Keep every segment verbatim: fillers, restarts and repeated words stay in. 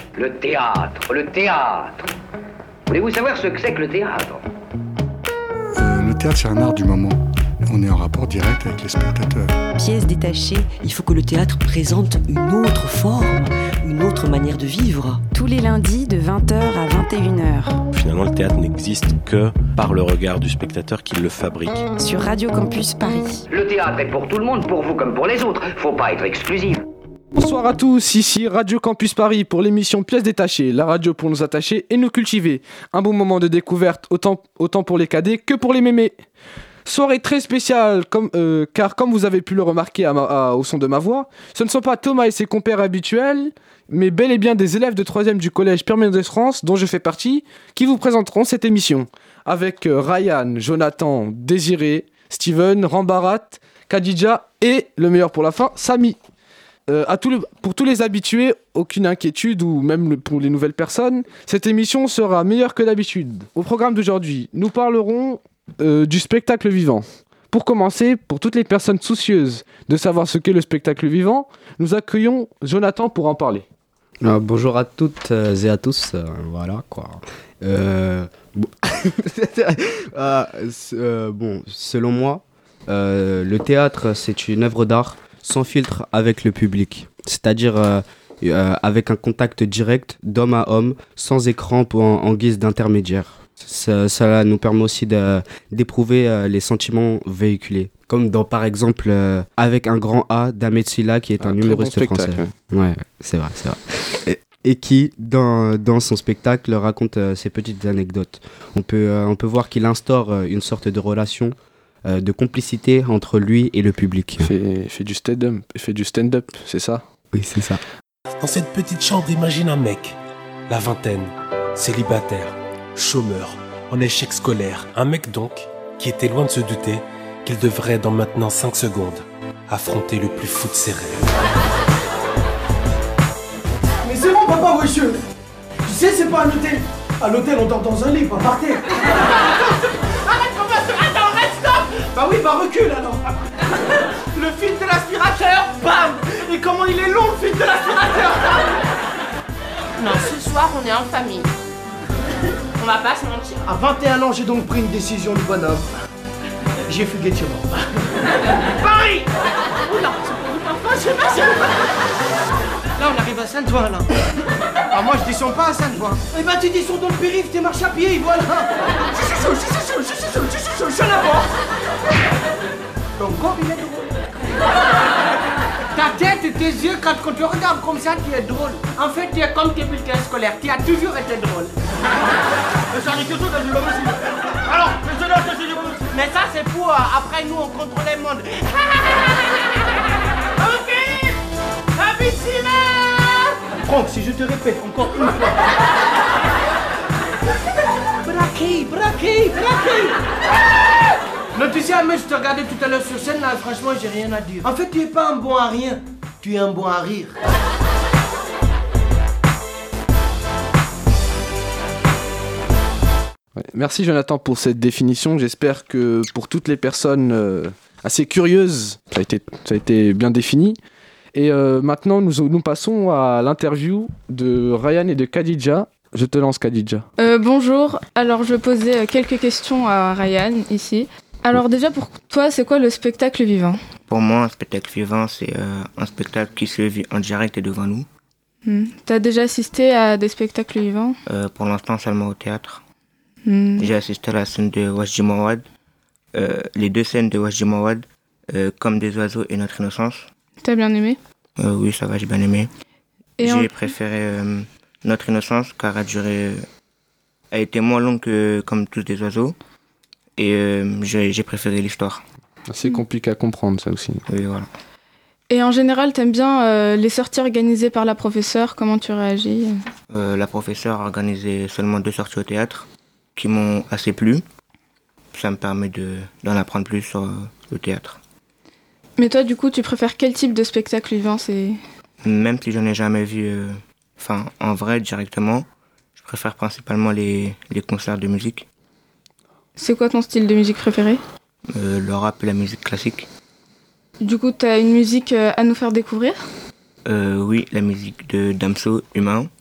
Le théâtre, le théâtre. Voulez-vous savoir ce que c'est que le théâtre ? euh, Le théâtre, c'est un art du moment. On est en rapport direct avec les spectateurs. Pièce détachée, il faut que le théâtre présente une autre forme, une autre manière de vivre. Tous les lundis de vingt heures à vingt et une heures. Finalement, le théâtre n'existe que par le regard du spectateur qui le fabrique. Sur Radio Campus Paris. Le théâtre est pour tout le monde, pour vous comme pour les autres. Faut pas être exclusif. Bonsoir à tous, ici Radio Campus Paris pour l'émission Pièces détachées, la radio pour nous attacher et nous cultiver. Un bon moment de découverte autant, autant pour les cadets que pour les mémés. Soirée très spéciale, comme, euh, car comme vous avez pu le remarquer à ma, à, au son de ma voix, ce ne sont pas Thomas et ses compères habituels, mais bel et bien des élèves de troisième du collège Pierre-Mendès France, dont je fais partie, qui vous présenteront cette émission. Avec euh, Ryan, Jonathan, Désiré, Steven, Rambarat, Khadija et, le meilleur pour la fin, Samy. Euh, à tout le, pour tous les habitués, aucune inquiétude ou même le, pour les nouvelles personnes, cette émission sera meilleure que d'habitude. Au programme d'aujourd'hui, nous parlerons euh, du spectacle vivant. Pour commencer, pour toutes les personnes soucieuses de savoir ce qu'est le spectacle vivant, nous accueillons Jonathan pour en parler. Euh, bonjour à toutes et à tous, euh, voilà quoi. Euh, bon, euh, euh, bon, selon moi, euh, le théâtre c'est une œuvre d'art sans filtre avec le public, c'est-à-dire euh, euh, avec un contact direct d'homme à homme, sans écran pour, en, en guise d'intermédiaire. Ça, cela nous permet aussi de, d'éprouver euh, les sentiments véhiculés, comme dans par exemple euh, Avec un grand A d'Ahmed Silla qui est un, un humoriste bon français. Ouais, c'est vrai, c'est vrai. Et, et qui, dans, dans son spectacle, raconte euh, ses petites anecdotes. On peut, euh, on peut voir qu'il instaure euh, une sorte de relation Euh, de complicité entre lui et le public. Il fait, il fait du stand-up, il fait du stand-up, c'est ça ? Oui, c'est ça. Dans cette petite chambre, imagine un mec, la vingtaine, célibataire, chômeur, en échec scolaire. Un mec donc, qui était loin de se douter qu'il devrait dans maintenant cinq secondes affronter le plus fou de ses rêves. Mais c'est bon papa, wesh-eux. Tu sais, c'est pas un hôtel. À l'hôtel, on dort dans un lit, pas par terre. Arrête, papa, attends, arrête, stop. Bah oui, bah recule alors. Le fil de l'aspirateur, bam. Et comment il est long, le fil de l'aspirateur. Non, ce soir, on est en famille. On va pas se mentir. À vingt et un ans, j'ai donc pris une décision du bonhomme. J'ai fugué de chez moi. Paris. Oula, c'est pas ça. Là, on arrive à Sainte-Voix, là. Ah, moi, je descends pas à Sainte-Voix. Eh ben, tu descends dans le périph', t'es marche à pied, voilà. Je suis chaud, je suis chaud, je suis chaud, je suis chaud, je suis là-bas. Encore, il est drôle. Ta tête et tes yeux, quand, quand tu regardes comme ça, tu es drôle. En fait, tu es comme tes bulletins scolaires, tu as toujours été drôle. Mais ça, quelque chose, je aussi. Alors, je te donne ce que je veux. Mais ça, c'est pour, euh, après, nous, on contrôle le monde. Ok. Abissima. Franck, si je te répète encore une fois. Braqué, braqué, braqué. Non, tu sais, mais je te regardais tout à l'heure sur scène, là, franchement, j'ai rien à dire. En fait, tu es pas un bon à rien, tu es un bon à rire. Ouais, merci Jonathan pour cette définition. J'espère que pour toutes les personnes euh, assez curieuses, ça a été, ça a été bien défini. Et euh, maintenant, nous, nous passons à l'interview de Ryan et de Khadija. Je te lance, Khadija. Euh, bonjour. Alors, je posais quelques questions à Ryan, ici. Alors déjà, pour toi, c'est quoi le spectacle vivant ? Pour moi, un spectacle vivant, c'est euh, un spectacle qui se vit en direct et devant nous. Hmm. T'as déjà assisté à des spectacles vivants ? euh, Pour l'instant, seulement au théâtre. Hmm. J'ai assisté à la scène de Wajdi Mawad, euh, les deux scènes de Wajdi Mawad, euh, Comme des oiseaux et Notre innocence. T'as bien aimé ? euh, Oui, ça va, j'ai bien aimé. Et j'ai en... préféré euh, Notre innocence car elle a duré, elle était moins longue que Comme tous des oiseaux. Et euh, j'ai, j'ai préféré l'histoire. C'est compliqué à comprendre, ça aussi. Oui, voilà. Et en général, t'aimes bien euh, les sorties organisées par la professeure ? Comment tu réagis ? euh, La professeure a organisé seulement deux sorties au théâtre qui m'ont assez plu. Ça me permet de, d'en apprendre plus sur euh, le théâtre. Mais toi, du coup, tu préfères quel type de spectacle vivant ? C'est... Même si j'en ai jamais vu euh, enfin, en vrai, directement, je préfère principalement les, les concerts de musique. C'est quoi ton style de musique préféré ? euh, Le rap et la musique classique. Du coup, t'as une musique à nous faire découvrir ? euh, Oui, la musique de Damso, Humain,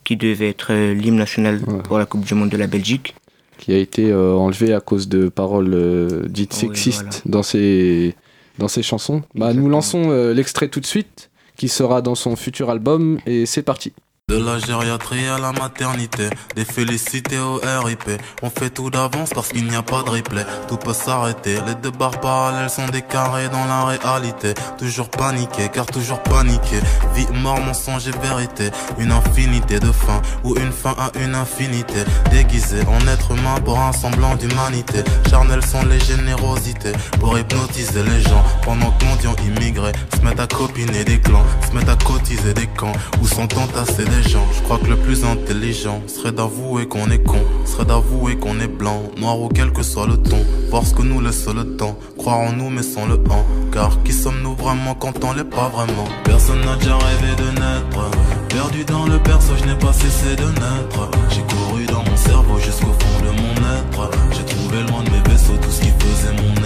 qui devait être euh, l'hymne national ouais. pour la Coupe du Monde de la Belgique. Qui a été euh, enlevé à cause de paroles euh, dites oui, sexistes voilà. dans, ses, dans ses chansons. Bah, nous lançons euh, l'extrait tout de suite, qui sera dans son futur album, et c'est parti. De la gériatrie à la maternité, des félicités au R I P. On fait tout d'avance parce qu'il n'y a pas de replay. Tout peut s'arrêter, les deux barres parallèles sont des carrés dans la réalité. Toujours paniqué, car toujours paniqué. Vie, mort, mensonge et vérité. Une infinité de fins, ou une fin à une infinité. Déguisé en être humain pour un semblant d'humanité. Charnelles sont les générosités, pour hypnotiser les gens. Pendant que mendiants immigrés se mettent à copiner des clans, se mettent à cotiser des camps, où sont entassés des gens. Je crois que le plus intelligent serait d'avouer qu'on est con, serait d'avouer qu'on est blanc, noir ou quel que soit le ton. Voir ce que nous laisse le temps, croire en nous mais sans le en. Car qui sommes-nous vraiment quand on l'est pas vraiment? Personne n'a déjà rêvé de naître, perdu dans le berceau, je n'ai pas cessé de naître. J'ai couru dans mon cerveau jusqu'au fond de mon être. J'ai trouvé loin de mes vaisseaux tout ce qui faisait mon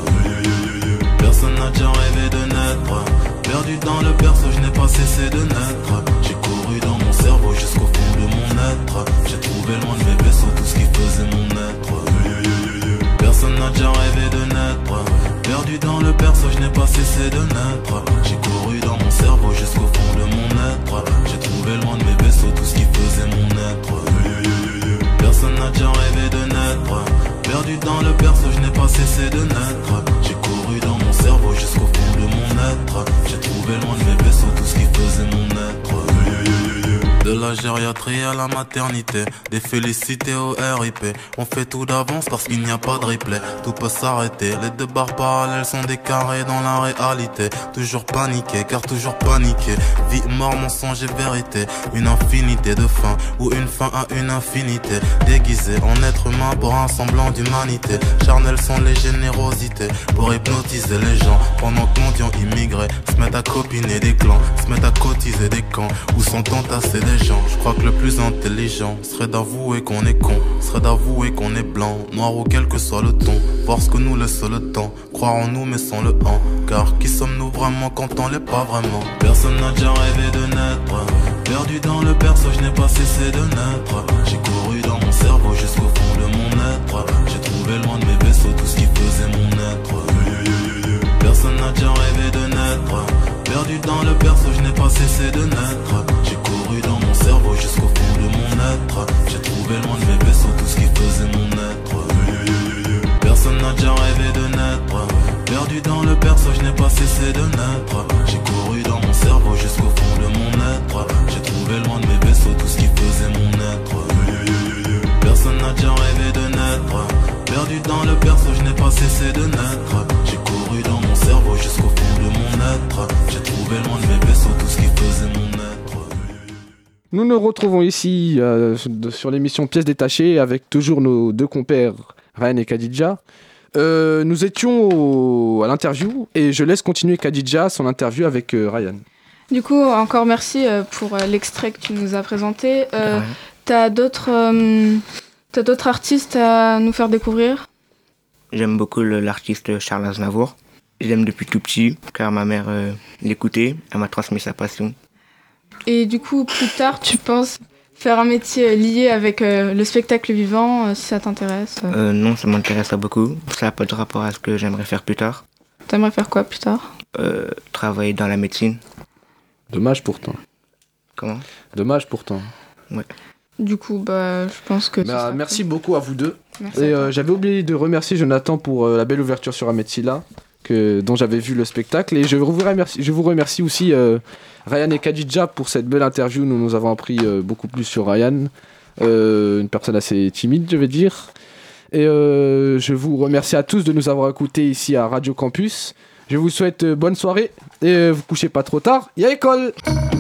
être. Personne n'a déjà rêvé de naître, perdu dans le berceau, je n'ai pas cessé de naître. J'ai couru dans mon cerveau jusqu'au fond de mon être. J'ai trouvé loin de mes vaisseaux tout ce qui faisait mon être. Personne n'a déjà rêvé de naître, perdu dans le berceau, je n'ai pas cessé de naître. J'ai couru dans mon cerveau jusqu'au fond de mon être. J'ai trouvé loin de mes vaisseaux tout ce qui faisait mon être. Personne n'a déjà rêvé de naître, perdu dans le berceau, je n'ai pas cessé de naître. J'ai couru dans mon cerveau jusqu'au fond de mon être. J'ai trouvé loin de mes vaisseaux tout ce qui faisait mon être. De la gériatrie à la maternité, des félicités au R I P. On fait tout d'avance parce qu'il n'y a pas de replay. Tout peut s'arrêter, les deux barres parallèles sont des carrés dans la réalité. Toujours paniqué, car toujours paniqué. Vie, mort, mensonge et vérité. Une infinité de fins, ou une fin à une infinité. Déguisé en être humain pour un semblant d'humanité. Charnelles sont les générosités, pour hypnotiser les gens. Pendant que mendiants immigrés se mettent à copiner des clans, se mettent à cotiser des camps, où sont entassés des gens. Je crois que le plus intelligent serait d'avouer qu'on est con, serait d'avouer qu'on est blanc, noir ou quel que soit le ton. Voir ce que nous laisse le temps, croire en nous mais sans le en. Car qui sommes-nous vraiment quand on l'est pas vraiment? Personne n'a déjà rêvé de naître, perdu dans le berceau, je n'ai pas cessé de naître. J'ai couru dans mon cerveau jusqu'au fond de mon être. J'ai trouvé loin de mes vaisseaux tout ce qui faisait mon être. Personne n'a déjà rêvé de naître, perdu dans le berceau, je n'ai pas cessé de naître. J'ai couru dans mon cerveau jusqu'au fond de mon être. J'ai trouvé loin de mes vaisseaux tout ce qui faisait mon être. Personne n'a déjà rêvé de naître, perdu dans le berceau, je n'ai pas cessé de naître. J'ai couru dans mon cerveau jusqu'au fond de mon être. J'ai trouvé loin de mes vaisseaux tout ce qui faisait mon être. Personne n'a déjà rêvé de naître, perdu dans le berceau, je n'ai pas cessé de naître. J'ai couru dans mon cerveau jusqu'au fond de mon être. J'ai trouvé loin de mes vaisseaux tout ce qui faisait mon être. Nous nous retrouvons ici euh, sur l'émission Pièces détachées avec toujours nos deux compères Ryan et Khadija. Euh, nous étions au, à l'interview et je laisse continuer Khadija son interview avec euh, Ryan. Du coup, encore merci euh, pour euh, l'extrait que tu nous as présenté. Euh, ouais. T'as d'autres, euh, t'as d'autres artistes à nous faire découvrir? J'aime beaucoup le, l'artiste Charles Aznavour. Je l'aime depuis tout petit car ma mère euh, l'écoutait, elle m'a transmis sa passion. Et du coup, plus tard, tu penses faire un métier lié avec euh, le spectacle vivant, euh, si ça t'intéresse? euh, Non, ça m'intéresse pas beaucoup. Ça n'a pas de rapport à ce que j'aimerais faire plus tard. T'aimerais faire quoi plus tard? euh, Travailler dans la médecine. Dommage pourtant. Comment? Dommage pourtant. Ouais. Du coup, bah, je pense que... Bah, merci cool. beaucoup à vous deux. Merci. Et euh, j'avais oublié de remercier Jonathan pour euh, la belle ouverture sur Ametsila, que dont j'avais vu le spectacle. Et je vous remercie, je vous remercie aussi euh, Ryan et Khadija pour cette belle interview. Nous nous avons appris euh, beaucoup plus sur Ryan, euh, une personne assez timide, je vais dire. Et euh, je vous remercie à tous de nous avoir écoutés ici à Radio Campus. Je vous souhaite euh, bonne soirée et euh, vous couchez pas trop tard. Il y a école.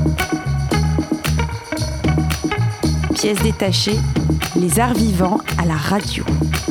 Pièces détachées, les arts vivants à la radio.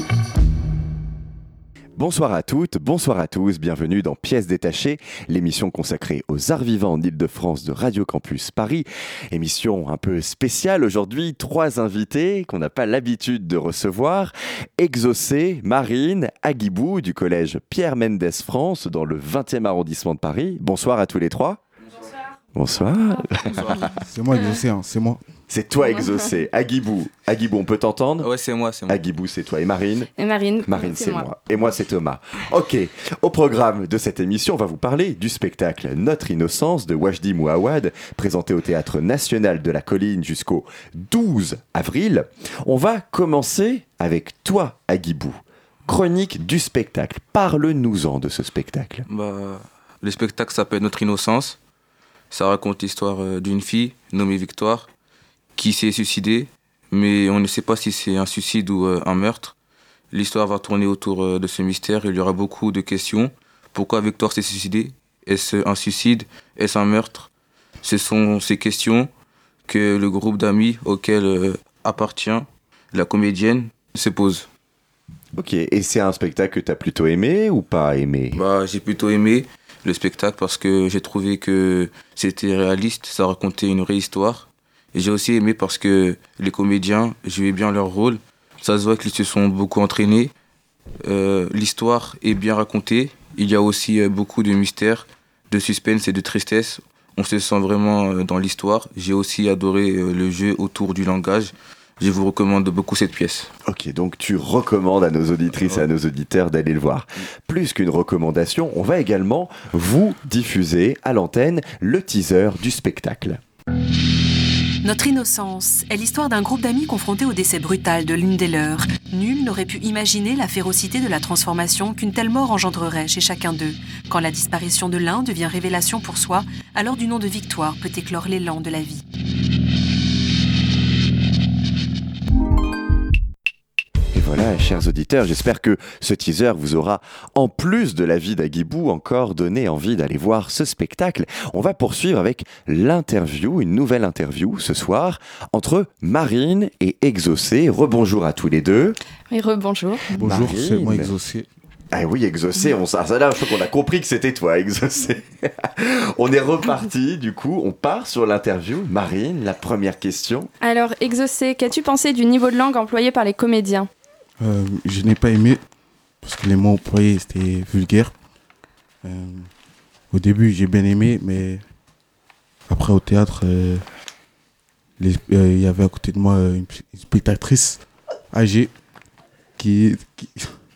Bonsoir à toutes, bonsoir à tous, bienvenue dans Pièces détachées, l'émission consacrée aux arts vivants en Ile-de-France de Radio Campus Paris. Émission un peu spéciale aujourd'hui, trois invités qu'on n'a pas l'habitude de recevoir. Exaucé, Marine, Aguibou du collège Pierre Mendès France dans le vingtième arrondissement de Paris. Bonsoir à tous les trois. Bonsoir. Bonsoir. Bonsoir. C'est moi Exaucé, hein, c'est moi. C'est toi, Exaucé. Agibou. Agibou, on peut t'entendre ? Ouais, c'est moi, c'est moi. Agibou, c'est toi. Et Marine ? Et Marine. Marine, c'est, c'est moi. moi. Et moi, c'est Thomas. Ok. Au programme de cette émission, on va vous parler du spectacle Notre Innocence de Wajdi Mouawad, présenté au Théâtre National de la Colline jusqu'au douze avril. On va commencer avec toi, Agibou. Chronique du spectacle. Parle-nous-en de ce spectacle. Bah, le spectacle s'appelle Notre Innocence. Ça raconte l'histoire euh, d'une fille nommée Victoire qui s'est suicidée, mais on ne sait pas si c'est un suicide ou euh, un meurtre. L'histoire va tourner autour euh, de ce mystère. Il y aura beaucoup de questions. Pourquoi Victoire s'est suicidée ? Est-ce un suicide ? Est-ce un meurtre ? Ce sont ces questions que le groupe d'amis auquel euh, appartient la comédienne se pose. Ok, et c'est un spectacle que tu as plutôt aimé ou pas aimé ? Bah, j'ai plutôt aimé le spectacle parce que j'ai trouvé que c'était réaliste, ça racontait une vraie histoire. Et j'ai aussi aimé parce que les comédiens jouaient bien leur rôle. Ça se voit qu'ils se sont beaucoup entraînés. Euh, l'histoire est bien racontée. Il y a aussi euh, beaucoup de mystère, de suspense et de tristesse. On se sent vraiment euh, dans l'histoire. J'ai aussi adoré euh, le jeu autour du langage. Je vous recommande beaucoup cette pièce. Ok, donc tu recommandes à nos auditrices et à nos auditeurs d'aller le voir. Plus qu'une recommandation, on va également vous diffuser à l'antenne le teaser du spectacle. Notre innocence est l'histoire d'un groupe d'amis confrontés au décès brutal de l'une des leurs. Nul n'aurait pu imaginer la férocité de la transformation qu'une telle mort engendrerait chez chacun d'eux. Quand la disparition de l'un devient révélation pour soi, alors du nom de Victoire peut éclore l'élan de la vie. Et voilà, chers auditeurs, j'espère que ce teaser vous aura, en plus de la vie d'Agibou, encore donné envie d'aller voir ce spectacle. On va poursuivre avec l'interview, une nouvelle interview ce soir, entre Marine et Exaucé. Rebonjour à tous les deux. Oui, rebonjour. Bonjour, Marine. c'est moi Exaucé. Ah oui, Exaucé, on, ça, là, je crois qu'on a compris que c'était toi, Exaucé. On est reparti, du coup, on part sur l'interview. Marine, la première question. Alors, Exaucé, qu'as-tu pensé du niveau de langue employé par les comédiens ? Euh, je n'ai pas aimé parce que les mots employés c'était vulgaire. Euh, au début j'ai bien aimé, mais après au théâtre, il euh, euh, y avait à côté de moi une, une spectatrice âgée qui, qui...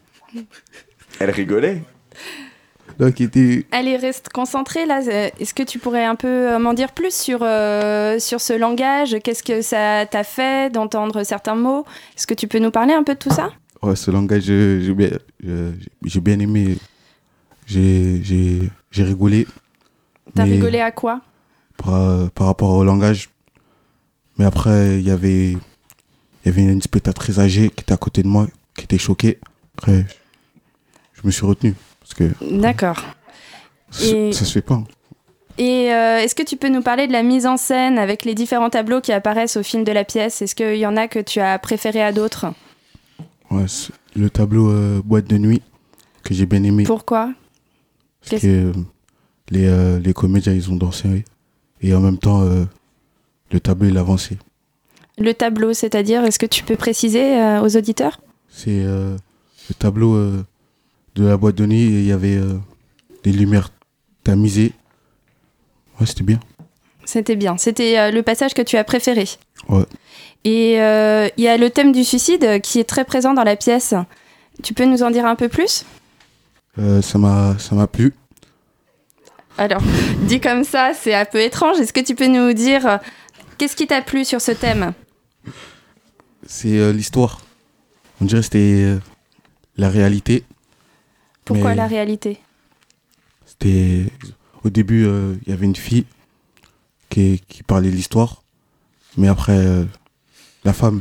Elle rigolait. Donc, qui était... Allez, reste concentré là. Est-ce que tu pourrais un peu m'en dire plus sur, euh, sur ce langage ? Qu'est-ce que ça t'a fait d'entendre certains mots ? Est-ce que tu peux nous parler un peu de tout ça ? Ouais, ce langage, j'ai, j'ai, bien, j'ai bien aimé. J'ai, j'ai, j'ai rigolé. T'as rigolé à quoi ? par, par rapport au langage. Mais après, il y avait, il y avait une spectatrice âgée qui était à côté de moi, qui était choquée. Après, je me suis retenu. Parce que, D'accord. Et... Ça se fait pas. Et euh, est-ce que tu peux nous parler de la mise en scène avec les différents tableaux qui apparaissent au fil de la pièce ? Est-ce qu'il y en a que tu as préféré à d'autres ? Ouais, le tableau euh, Boîte de nuit, que j'ai bien aimé. Pourquoi ? Parce Qu'est-ce... que euh, les, euh, les comédiens, ils ont dansé. Oui. Et en même temps, euh, le tableau, il avançait. Le tableau, c'est-à-dire, est-ce que tu peux préciser euh, aux auditeurs ? C'est euh, le tableau... Euh, de la boîte de nuit, il y avait euh, des lumières tamisées. Ouais, c'était bien. C'était bien. C'était euh, le passage que tu as préféré. Ouais. Et il euh, y a le thème du suicide qui est très présent dans la pièce. Tu peux nous en dire un peu plus ? euh, Ça m'a, ça m'a plu. Alors, dit comme ça, c'est un peu étrange. Est-ce que tu peux nous dire euh, qu'est-ce qui t'a plu sur ce thème ? C'est euh, l'histoire. On dirait que c'était euh, la réalité. Pourquoi Mais la réalité ? C'était... Au début, il euh, y avait une fille qui, qui parlait de l'histoire. Mais après, euh, la femme...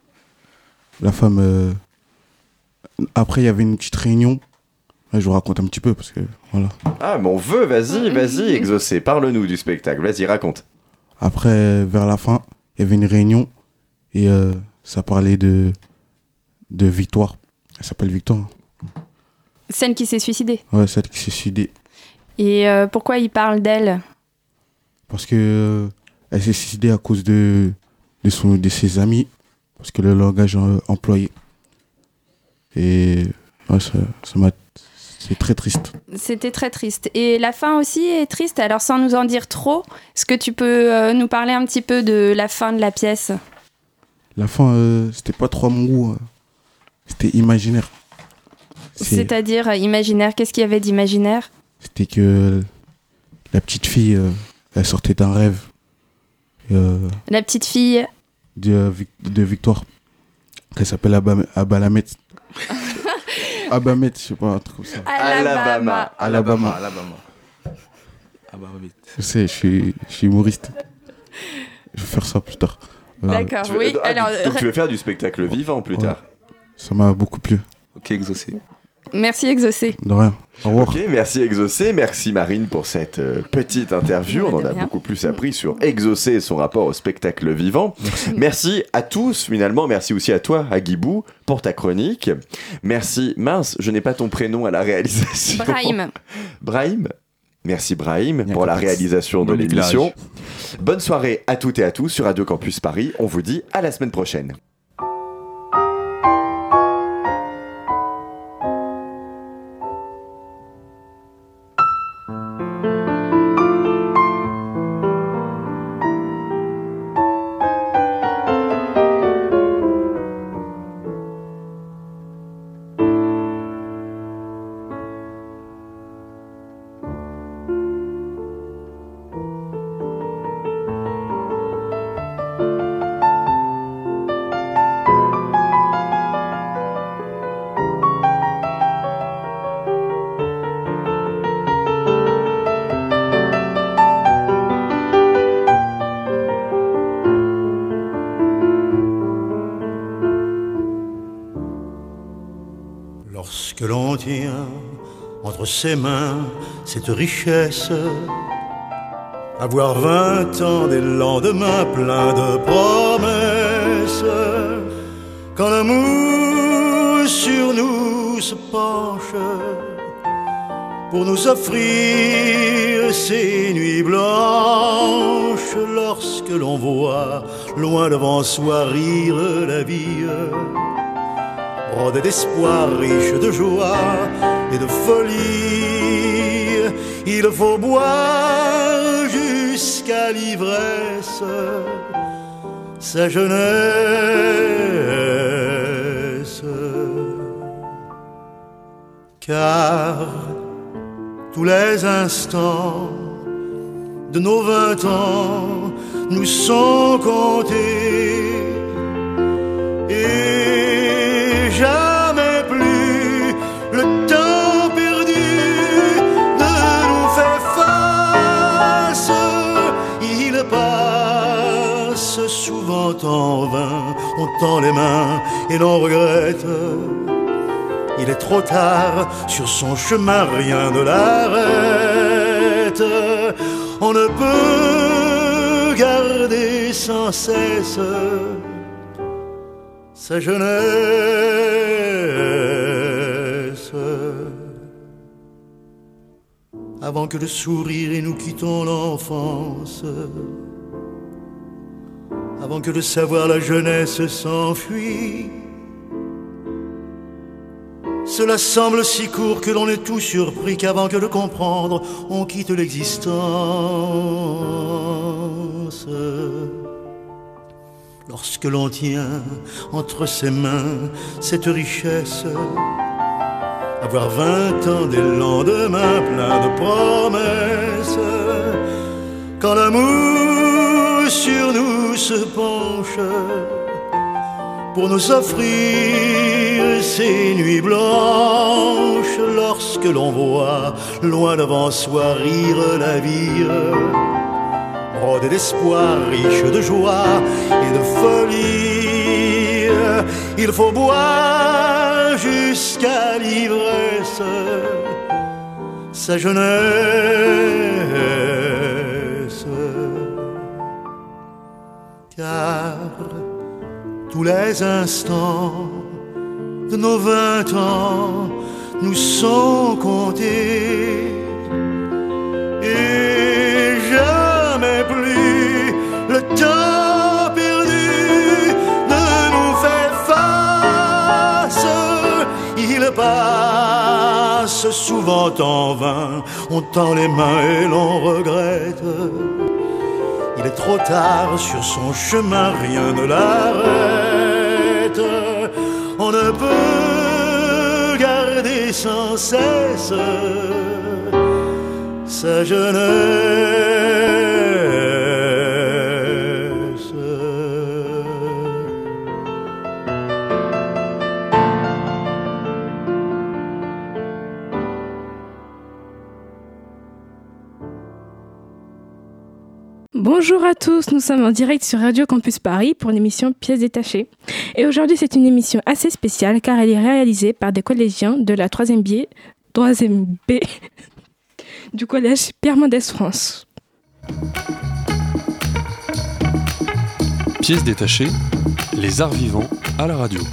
La femme... Euh... Après, il y avait une petite réunion. Là, je vous raconte un petit peu parce que... Voilà. Ah, mais on veut, vas-y, vas-y, Exaucé. Parle-nous du spectacle. Vas-y, raconte. Après, vers la fin, il y avait une réunion. Et euh, ça parlait de... de Victoire. Elle s'appelle Victoire. Celle qui s'est suicidée. Ouais, celle qui s'est suicidée. Et euh, pourquoi il parle d'elle ? Parce que euh, elle s'est suicidée à cause de, de, son, de ses amis. Parce que le langage euh, employé. Et ouais, ça, ça m'a, C'est très triste. C'était très triste. Et la fin aussi est triste. Alors, sans nous en dire trop, est-ce que tu peux euh, nous parler un petit peu de la fin de la pièce ? La fin, euh, c'était pas trop amoureux. euh, C'était imaginaire. C'est- C'est-à-dire euh, imaginaire. Qu'est-ce qu'il y avait d'imaginaire ? C'était que la petite fille, euh, elle sortait d'un rêve euh, La petite fille. de, Vic- de Victoire. Elle s'appelle Abam- Abalamet. Abamet, je sais pas, un truc comme ça. Alabama. Alabama. Alabama. Ah bah vite. Je sais, je suis, je suis humoriste. Je vais faire ça plus tard. Euh, D'accord, Tu veux- oui. ah, Alors, donc tu re- veux faire du spectacle vivant plus Ouais. tard. Ça m'a beaucoup plu. Ok, exaucé. merci Exaucé. De rien. Au revoir. Ok, merci Exaucé, merci Marine pour cette euh, petite interview. On en de a rien. beaucoup plus appris sur Exaucé et son rapport au spectacle vivant. Merci à tous finalement, merci aussi à toi, à Guibou, pour ta chronique. Merci, mince, je n'ai pas ton prénom à la réalisation. Brahim. Brahim. Merci Brahim pour la pas de- réalisation de Non, mais l'émission. Bonne soirée à toutes et à tous sur Radio Campus Paris. On vous dit à la semaine prochaine. Lorsque l'on tient entre ses mains cette richesse, avoir vingt ans des lendemains pleins de promesses, quand l'amour sur nous se penche pour nous offrir ces nuits blanches, lorsque l'on voit loin devant soi rire la vie, brodé d'espoir, riche de joie et de folie, il faut boire jusqu'à l'ivresse sa jeunesse. Car tous les instants de nos vingt ans nous sont comptés, et jamais plus le temps perdu ne nous fait face. Il passe souvent en vain, on tend les mains et l'on regrette. Il est trop tard, sur son chemin rien ne l'arrête. On ne peut garder sans cesse sa jeunesse. Avant que le sourire et nous quittons l'enfance, avant que le savoir la jeunesse s'enfuit, cela semble si court que l'on est tout surpris qu'avant que de comprendre, on quitte l'existence. Lorsque l'on tient entre ses mains cette richesse, avoir vingt ans des lendemains pleins de promesses, quand l'amour sur nous se penche pour nous offrir ces nuits blanches, lorsque l'on voit loin devant soi rire la vie, brodé d'espoir, riche de joie et de folie, il faut boire jusqu'à l'ivresse sa jeunesse. Car tous les instants de nos vingt ans nous sont comptés, et jamais plus le temps perdu ne nous fait face. Il passe souvent en vain. On tend les mains et l'on regrette. Il est trop tard, sur son chemin rien ne l'arrête. On ne peut garder sans cesse sa jeunesse. Bonjour à tous, nous sommes en direct sur Radio Campus Paris pour l'émission Pièces détachées. Et aujourd'hui, c'est une émission assez spéciale car elle est réalisée par des collégiens de la troisième B, troisième B du collège Pierre Mendès France. Pièces détachées, les arts vivants à la radio.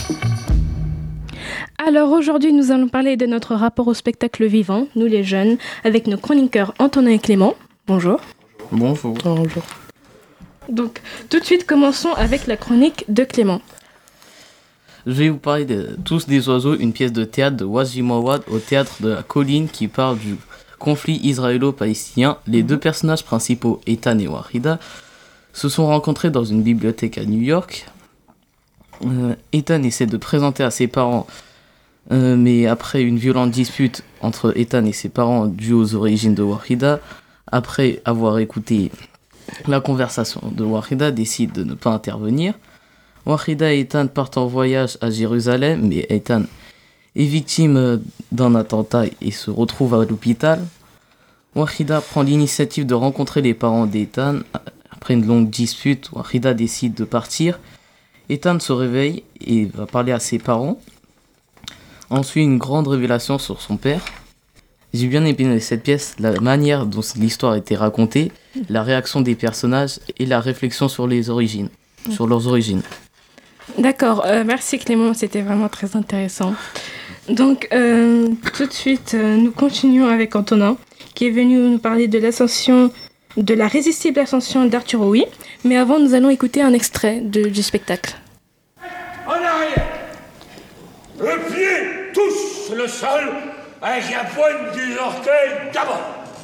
Alors aujourd'hui, nous allons parler de notre rapport au spectacle vivant, nous les jeunes, avec nos chroniqueurs Antonin et Clément. Bonjour. Bonjour. Bonjour. Donc, tout de suite, commençons avec la chronique de Clément. Je vais vous parler de Tous des oiseaux, une pièce de théâtre de Wazim Awad au théâtre de la Colline qui parle du conflit israélo-palestinien. Les deux personnages principaux, Ethan et Wahida, se sont rencontrés dans une bibliothèque à New York. Euh, Ethan essaie de présenter à ses parents, euh, mais après une violente dispute entre Ethan et ses parents due aux origines de Wahida, après avoir écouté la conversation de Wahida, décide de ne pas intervenir. Wahida et Ethan partent en voyage à Jérusalem, mais Ethan est victime d'un attentat et se retrouve à l'hôpital. Wahida prend l'initiative de rencontrer les parents d'Ethan. Après une longue dispute, Wahida décide de partir. Ethan se réveille et va parler à ses parents. Ensuite, une grande révélation sur son père. J'ai bien aimé cette pièce, la manière dont l'histoire a été racontée, la réaction des personnages et la réflexion sur les origines, sur leurs origines. D'accord, euh, merci Clément, c'était vraiment très intéressant. Donc, euh, tout de suite, euh, nous continuons avec Antonin, qui est venu nous parler de l'ascension, de la résistible ascension d'Arthur Rouy. Mais avant, nous allons écouter un extrait de, du spectacle. En arrière, le pied touche le sol avec la pointe des orteils d'abord.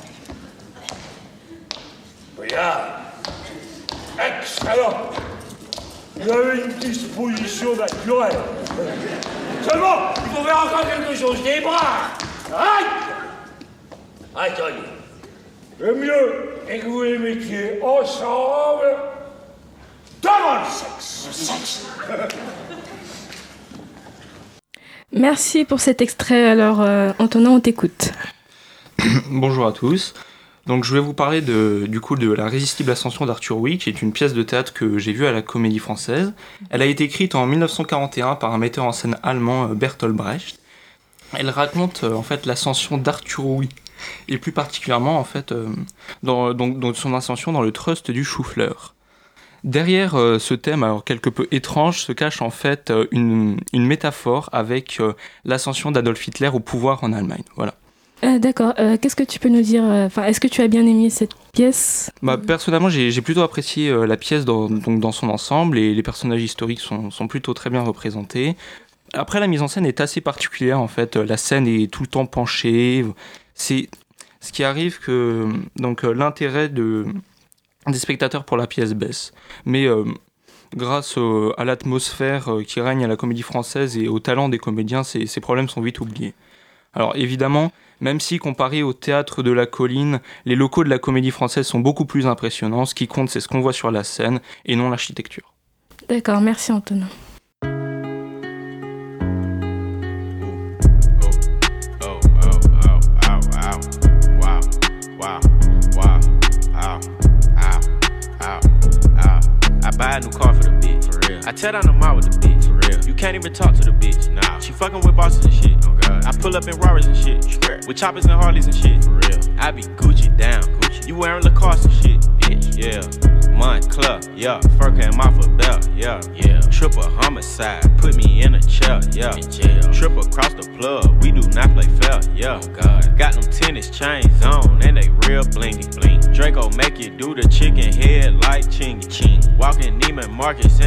Regarde. Excellent. Vous avez une disposition naturelle. Seulement, il faut faire encore quelque chose. Des bras. Aïe. Attendez. Le mieux est que vous les mettiez ensemble devant le sexe. Le sexe. Merci pour cet extrait. Alors, euh, Antonin, on t'écoute. Bonjour à tous. Donc, je vais vous parler de, du coup de La Résistible Ascension d'Arthur Rouy, qui est une pièce de théâtre que j'ai vue à la Comédie Française. Elle a été écrite en dix-neuf cent quarante et un par un metteur en scène allemand, Bertolt Brecht. Elle raconte euh, en fait l'ascension d'Arthur Rouy, et plus particulièrement en fait euh, dans, donc, dans son ascension dans le trust du chou-fleur. Derrière euh, ce thème, alors quelque peu étrange, se cache en fait euh, une, une métaphore avec euh, l'ascension d'Adolf Hitler au pouvoir en Allemagne. Voilà. Euh, d'accord, euh, qu'est-ce que tu peux nous dire euh, est-ce que tu as bien aimé cette pièce ? Bah, personnellement, j'ai, j'ai plutôt apprécié euh, la pièce dans, donc, dans son ensemble, et les personnages historiques sont, sont plutôt très bien représentés. Après, la mise en scène est assez particulière, en fait. La scène est tout le temps penchée. C'est ce qui arrive que donc, euh, l'intérêt de... des spectateurs pour la pièce baisse. Mais euh, grâce euh, à l'atmosphère euh, qui règne à la Comédie Française et au talent des comédiens, ces, ces problèmes sont vite oubliés. Alors évidemment, même si comparé au théâtre de la Colline, les locaux de la Comédie Française sont beaucoup plus impressionnants, ce qui compte c'est ce qu'on voit sur la scène et non l'architecture. D'accord, merci Antonin. Buy a new car for the bitch. For real. I tear down the mall with the bitch. For real. You can't even talk to the bitch. Nah. She fucking with bosses and shit. Oh God. I pull up in Rarers and shit. Sure. With choppers and Harleys and shit. For real. I be Gucci down. Gucci. You wearing Lacoste and shit. Bitch. Yeah. Montclair. Yeah. Fur came off a belt. Yeah. Yeah. Triple homicide. Put me in a chair. Yeah. In jail. Triple cross the plug. We do not play fair. Yeah. Oh God. Got them tennis chains on and they real blingy. Bling. Draco make you do the chicken head like chingy. Ching. Walking Neiman Marcus and I spend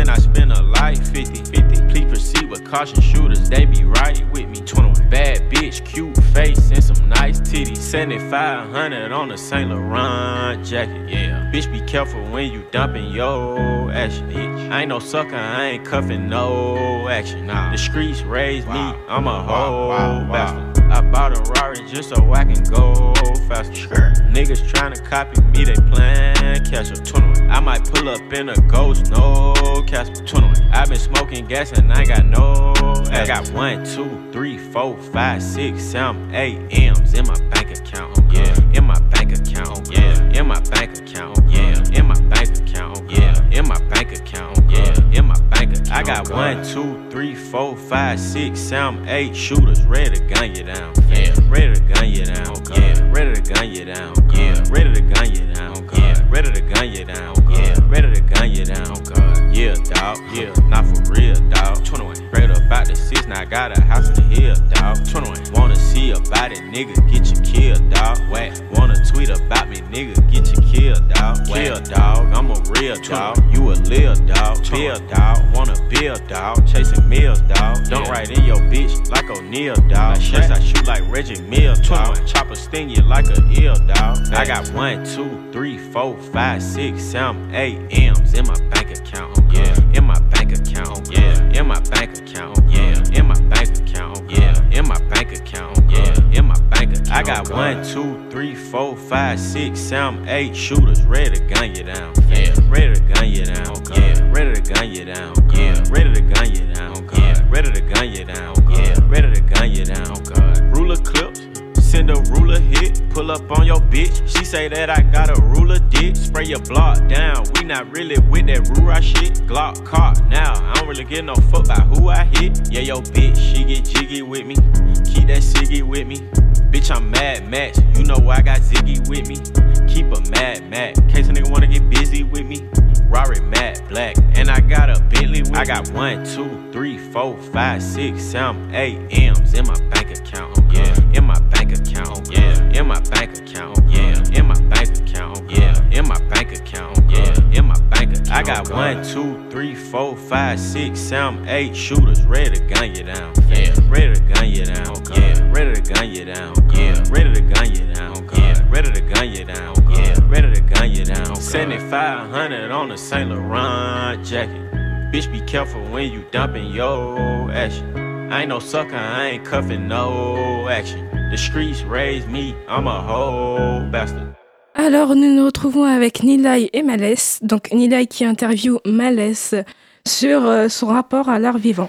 in a light, fifty, fifty. Please proceed with caution, shooters, they be right with me. twenty-one. Bad bitch, cute face, and some nice titties. seventy-five hundred on a Saint Laurent jacket, yeah. Bitch, be careful when you dumping your action, bitch. I ain't no sucker, I ain't cuffing no action. Nah. The streets raised wow. me, I'm a whole wow, wow, bastard. Wow. I bought a Rari just so I can go faster. Sure. Niggas tryna copy me, they plan catch up. twenty-one. I might pull up in a ghost, no Casper. twenty-one. I been smoking gas and I got no ass. I got one, two, three, four, five, six, seven, eight M's in my bank account. Yeah, in my bank account. Yeah, in my bank account. Yeah, in my bank account. Yeah, in my bank account. Yeah, in my bank account. I got one, two, three, four, five, six, seven, eight shooters ready to gun you down. Yeah, ready to gun you down. Yeah, ready to gun you down. Yeah, ready to gun you down. Yeah, ready to gun you down. Yeah, ready to gun you down. Yeah, dawg. Yeah, not for real, dawg. twenty-one. Straight up out the six, now I got a house in the hill, dawg. twenty-one. Wanna see about it, nigga, get you killed, dawg. Whack. Wanna tweet about me, nigga, get you killed, dawg. Kill, dawg. I'm a real dawg. You a lil dawg. Bill, dawg. Wanna build, dawg. Chasing meals, dawg. Don't write in your bitch like O'Neal, dawg. Shots I shoot like Reggie Mills, dawg. Chopper sting you like a eel, dawg. I got one, two, three, four, five, six, seven, eight M's in my bank account. Yeah, in my bank account. Yeah, in my bank account. Yeah, in my bank account. Yeah, in my bank account. Yeah, in my bank account. I got one, two, three, four, five, six, seven, eight shooters ready to gun you down. Yeah, ready to gun you down. Yeah, ready to gun you down. Yeah, ready to gun you down. Yeah, ready to gun you down. Yeah, ready to gun you down. Ruler clips. Send a ruler hit, pull up on your bitch. She say that I got a ruler dick. Spray your block down, we not really with that Rura shit. Glock caught now, I don't really give no fuck about who I hit. Yeah, yo bitch, she get jiggy with me. Keep that ciggy with me. Bitch, I'm Mad Max, you know I got Ziggy with me. Keep a Mad Max, case a nigga wanna get busy with me. Rari matte black, and I got a Bentley with me. I got one, two, three, four, five, six, seven, eight M's in my bank account. Yeah, in my bank account. Yeah, in my bank account. Yeah, in my bank account. Yeah, in my bank account. Yeah, in my bank account. I got one, two, three, four, five, six, seven, eight shooters ready to gun you down. Yeah, ready to gun you down. Yeah, ready to gun you down. Yeah, ready to gun you down. Yeah, ready to gun you down. Yeah, ready to gun you down. seventy-five hundred on a Saint Laurent jacket. Bitch, be careful when you dumping your action. I ain't no sucker, I ain't cuffing no action. The streets raised me, I'm a whole bastard. Alors nous nous retrouvons avec Nilay et Malès. Donc Nilay qui interviewe Malès sur euh, son rapport à l'art vivant.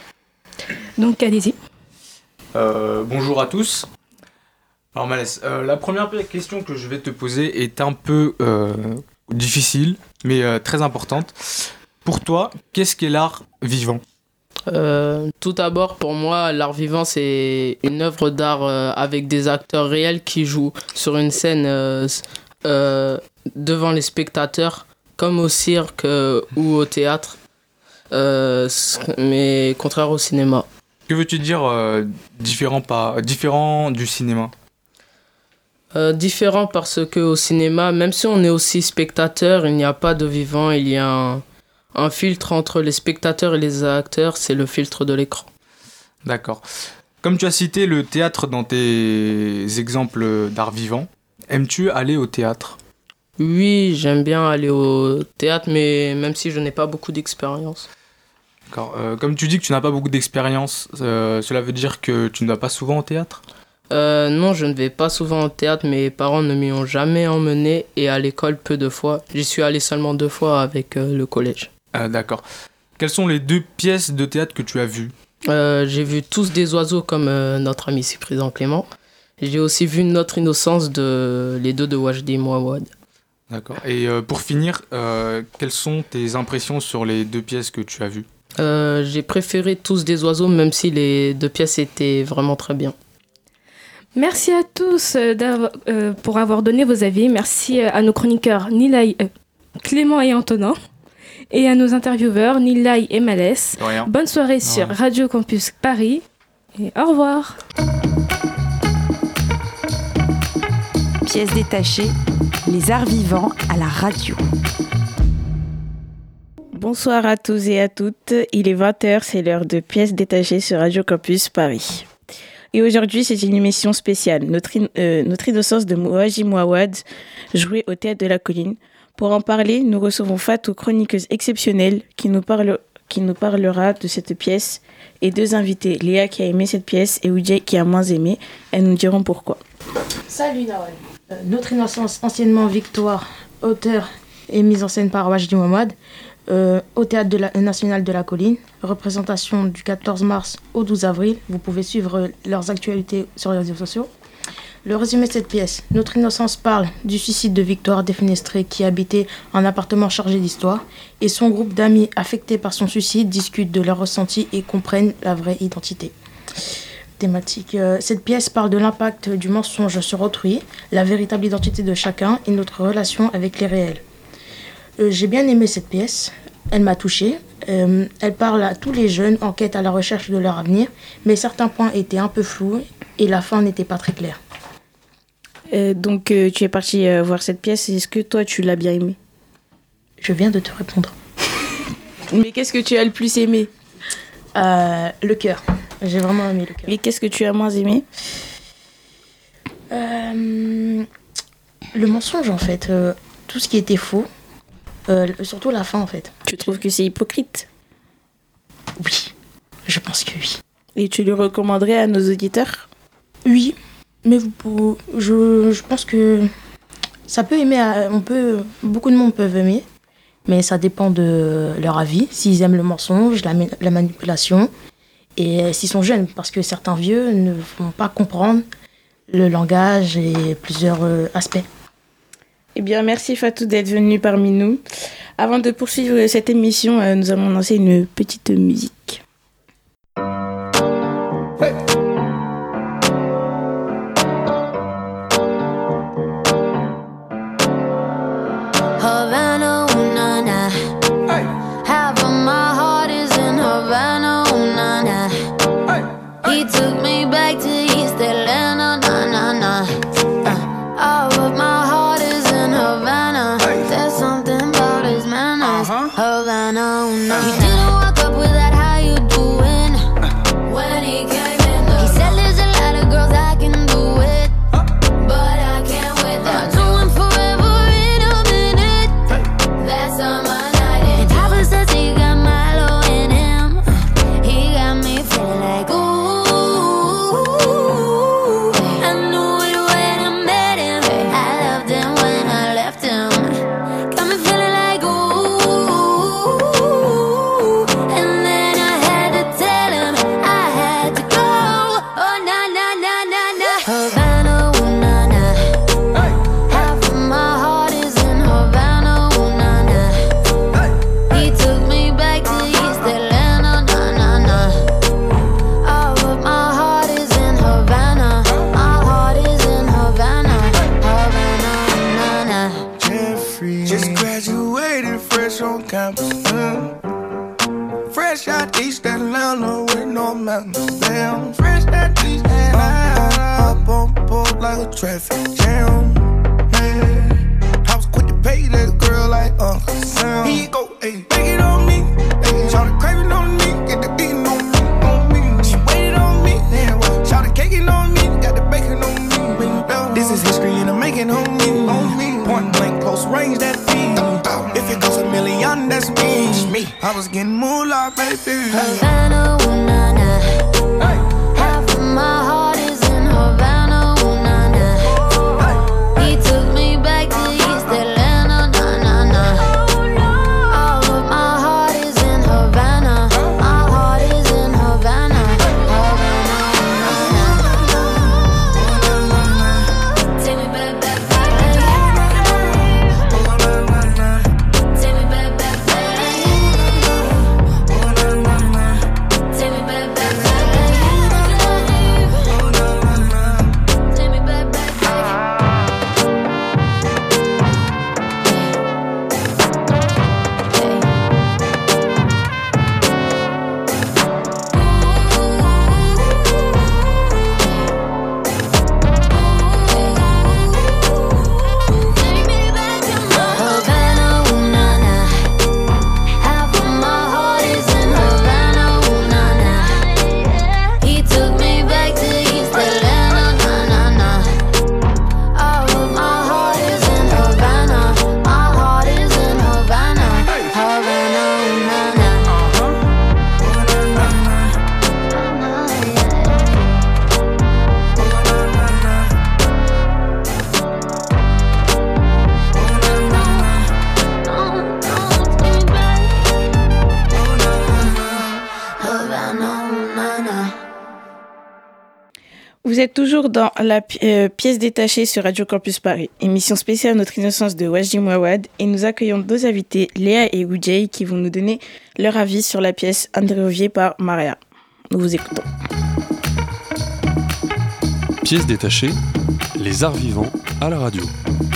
Donc allez-y. Euh, bonjour à tous. Alors Malès, euh, la première question que je vais te poser est un peu euh, difficile, mais euh, très importante. Pour toi, qu'est-ce qu'est l'art vivant ? Euh, tout d'abord, pour moi, l'art vivant, c'est une œuvre d'art euh, avec des acteurs réels qui jouent sur une scène euh, euh, devant les spectateurs, comme au cirque euh, ou au théâtre, euh, mais contraire au cinéma. Que veux-tu dire euh, différent, par, différent du cinéma ? Euh, différent parce qu'au cinéma, même si on est aussi spectateur, il n'y a pas de vivant, il y a un, un filtre entre les spectateurs et les acteurs, c'est le filtre de l'écran. D'accord. Comme tu as cité le théâtre dans tes exemples d'art vivant, aimes-tu aller au théâtre ? Oui, j'aime bien aller au théâtre, mais même si je n'ai pas beaucoup d'expérience. D'accord. Euh, comme tu dis que tu n'as pas beaucoup d'expérience, euh, cela veut dire que tu ne vas pas souvent au théâtre ? Euh, non, je ne vais pas souvent au théâtre, mes parents ne m'y ont jamais emmené et à l'école peu de fois. J'y suis allé seulement deux fois avec euh, le collège. Ah, d'accord. Quelles sont les deux pièces de théâtre que tu as vues ? euh, J'ai vu Tous des oiseaux comme euh, notre ami ici présent Clément. J'ai aussi vu Notre innocence, de les deux de Wajdi Mouawad. D'accord. Et euh, pour finir, euh, quelles sont tes impressions sur les deux pièces que tu as vues ? euh, J'ai préféré Tous des oiseaux, même si les deux pièces étaient vraiment très bien. Merci à tous euh, pour avoir donné vos avis. Merci à nos chroniqueurs Nilay, euh, Clément et Antonin. Et à nos intervieweurs Nilay et Malès. Bonne soirée Non, sur rien. Radio Campus Paris. Et au revoir. Pièces détachées, les arts vivants à la radio. Bonsoir à tous et à toutes. Il est vingt heures, c'est l'heure de Pièces détachées sur Radio Campus Paris. Et aujourd'hui, c'est une émission spéciale, notre, in- euh, notre innocence de Mouaji Mouawad, jouée au Théâtre de la Colline. Pour en parler, nous recevons Fatou, chroniqueuse exceptionnelle, qui nous, parle, qui nous parlera de cette pièce, et deux invités, Léa qui a aimé cette pièce et Oudjé qui a moins aimé. Elles nous diront pourquoi. Salut Nawal. Euh, notre innocence, anciennement Victoire, auteur et mise en scène par Wajdi Mouawad, euh, au Théâtre de la, national de la Colline. Représentation du quatorze mars au douze avril. Vous pouvez suivre leurs actualités sur les réseaux sociaux. Le résumé de cette pièce. Notre innocence parle du suicide de Victoire Défenestrée qui habitait un appartement chargé d'histoire et son groupe d'amis affectés par son suicide discutent de leurs ressentis et comprennent la vraie identité. Thématique. Euh, cette pièce parle de l'impact du mensonge sur autrui, la véritable identité de chacun et notre relation avec les réels. Euh, j'ai bien aimé cette pièce, elle m'a touchée. Euh, elle parle à tous les jeunes en quête à la recherche de leur avenir, mais certains points étaient un peu flous et la fin n'était pas très claire. Euh, donc, euh, tu es parti euh, voir cette pièce. Est-ce que toi, tu l'as bien aimée? Je viens de te répondre. Mais qu'est-ce que tu as le plus aimé? euh, Le cœur. J'ai vraiment aimé le cœur. Et qu'est-ce que tu as moins aimé? euh, Le mensonge, en fait. Euh, tout ce qui était faux. Euh, surtout la fin, en fait. Tu trouves que c'est hypocrite? Oui. Je pense que oui. Et tu le recommanderais à nos auditeurs? Oui. Mais vous pouvez, je, je pense que ça peut aimer, on peut, beaucoup de monde peuvent aimer, mais ça dépend de leur avis, s'ils aiment le mensonge, la, la manipulation, et s'ils sont jeunes, parce que certains vieux ne vont pas comprendre le langage et plusieurs euh, aspects. Eh bien, merci Fatou d'être venu parmi nous. Avant de poursuivre cette émission, euh, nous allons lancer une petite musique. Hey. Havana, ooh, na, na. Hey. Half of my heart is in Havana, ooh, na, na. Hey. He took me back to East Atlanta, na, na, na. Uh, all of my heart is in Havana. Hey. There's something about his manners. Uh-huh. Havana, ooh, na, na. He didn't walk up with that, how you doing? Uh. When he came in the he said there's a lot of girls I can do it, uh. but I can't with that. Uh. Traffic jam, man. I was quick to pay that girl like Uncle Sam. He go, ayy, make it on me. Ayy, shout the craving on me, get the beating on me, on me. She waited on me, then what? Shout the caking on me, got the bacon on me. This is history and I'm making on me, on me. Point blank, close range, that beat. If it goes a million, that's me. me. I was getting moolah, baby. Havana, ooh, na, na. Hey. Half of my heart is in Havana. Vous êtes toujours dans la pi- euh, pièce détachée sur Radio Campus Paris, émission spéciale Notre innocence de Wajdi Mouawad, et nous accueillons deux invités, Léa et Oudjay, qui vont nous donner leur avis sur la pièce Andréovier par Maria. Nous vous écoutons. Pièce détachée, les arts vivants à la radio.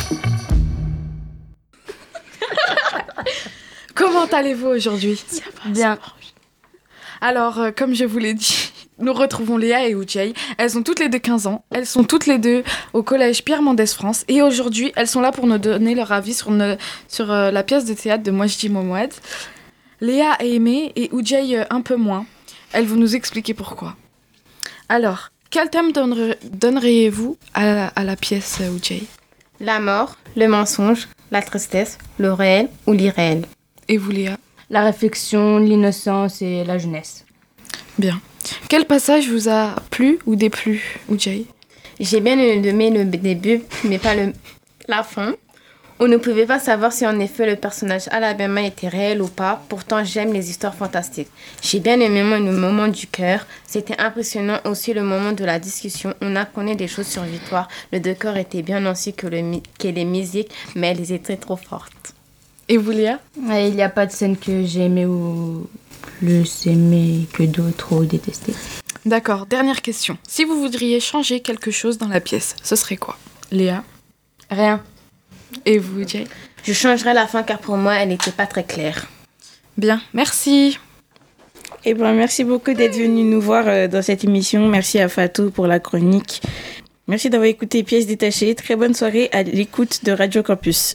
Comment allez-vous aujourd'hui? Bien. Alors, euh, comme je vous l'ai dit, nous retrouvons Léa et Oudjay. Elles ont toutes les deux quinze ans. Elles sont toutes les deux au collège Pierre Mendès France. Et aujourd'hui, elles sont là pour nous donner leur avis sur, ne, sur euh, la pièce de théâtre de Wajdi Mouawad. Léa a aimé et Oudjay euh, un peu moins. Elles vont nous expliquer pourquoi. Alors, quel thème donner, donneriez-vous à la, à la pièce, euh, Oudjay? La mort, le mensonge, la tristesse, le réel ou l'irréel. Et vous, Léa? La réflexion, l'innocence et la jeunesse. Bien. Quel passage vous a plu ou déplu, Oudjay? J'ai bien aimé le début, mais pas le, la fin. On ne pouvait pas savoir si en effet le personnage Alabama était réel ou pas. Pourtant, j'aime les histoires fantastiques. J'ai bien aimé le moment du cœur. C'était impressionnant aussi le moment de la discussion. On apprenait des choses sur Victoire. Le décor était bien ainsi que, le, que les musiques, mais elles étaient trop fortes. Et vous, Léa? Ouais, il n'y a pas de scène que j'ai aimée ou plus aimée que d'autres ou détestée. D'accord, dernière question. Si vous voudriez changer quelque chose dans la pièce, ce serait quoi? Léa? Rien. Et vous, Jay? Je changerais la fin car pour moi, elle n'était pas très claire. Bien, merci. Eh ben, merci beaucoup d'être venu nous voir euh, dans cette émission. Merci à Fatou pour la chronique. Merci d'avoir écouté Pièces détachées. Très bonne soirée à l'écoute de Radio Campus.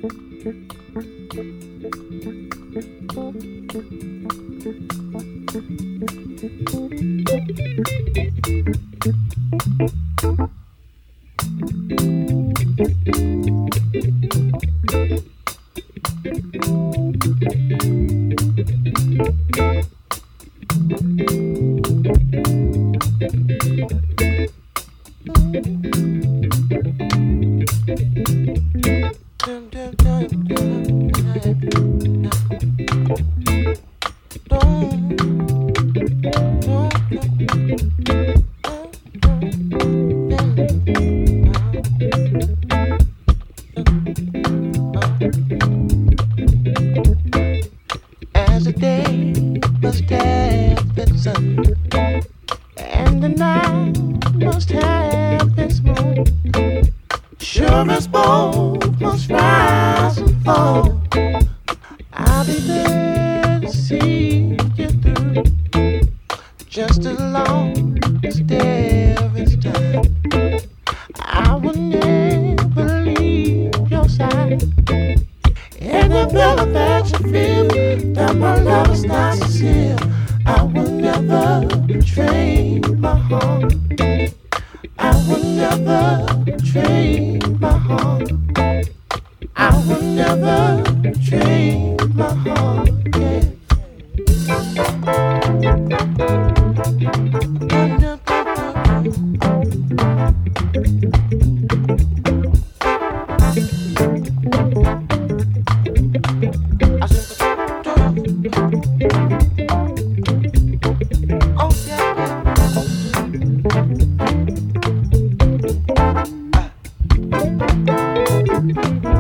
As the day must have its sun, and the night must have its moon, sure as both must rise and fall, I'll be there to see you through, just as long as there is time. I will never leave your side. And the feeling that you feel, that my love is not sincere, I will never betray my heart. I will never betray my heart. I will never betray my heart. Yeah. Oh, yeah.